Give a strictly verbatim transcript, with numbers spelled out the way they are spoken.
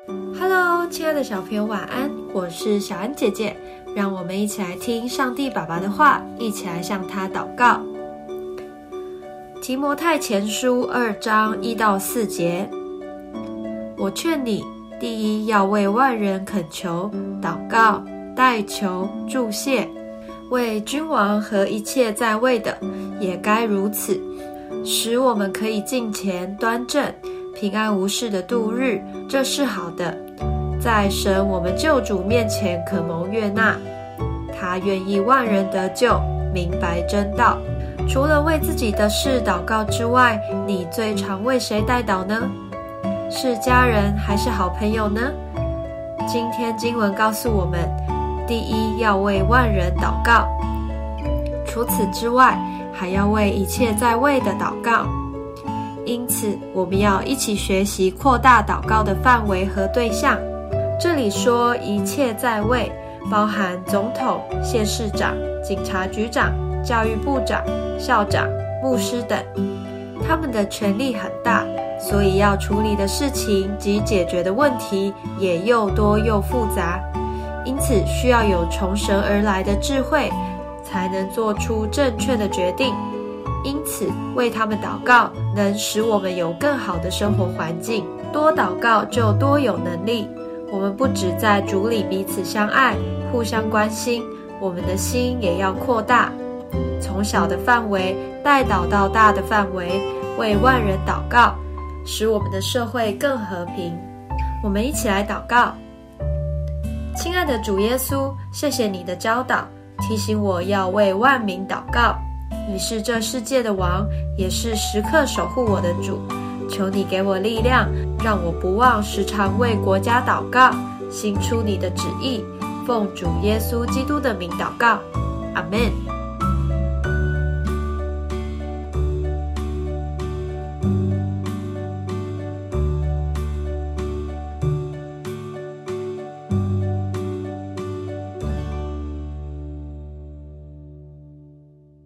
Hello， 亲爱的小朋友晚安，我是小安姐姐，让我们一起来听上帝爸爸的话，一起来向他祷告。提摩太前书二章一到四节，我劝你，第一要为万人恳求、祷告、代求、祝谢，为君王和一切在位的，也该如此，使我们可以敬虔端正，平安无事的度日，这是好的，在神我们救主面前可蒙悦纳。他愿意万人得救，明白真道。除了为自己的事祷告之外，你最常为谁代祷呢？是家人还是好朋友呢？今天经文告诉我们，第一要为万人祷告，除此之外，还要为一切在位的祷告。因此，我们要一起学习扩大祷告的范围和对象。这里说一切在位，包含总统、县市长、警察局长、教育部长、校长、牧师等，他们的权力很大，所以要处理的事情及解决的问题也又多又复杂，因此需要有从神而来的智慧，才能做出正确的决定。因此，为他们祷告，能使我们有更好的生活环境。多祷告就多有能力。我们不只在主里彼此相爱，互相关心，我们的心也要扩大，从小的范围带祷到大的范围，为万人祷告，使我们的社会更和平。我们一起来祷告。亲爱的主耶稣，谢谢你的教导，提醒我要为万民祷告。你是这世界的王，也是时刻守护我的主。求你给我力量，让我不忘时常为国家祷告，行出你的旨意。奉主耶稣基督的名祷告，阿们。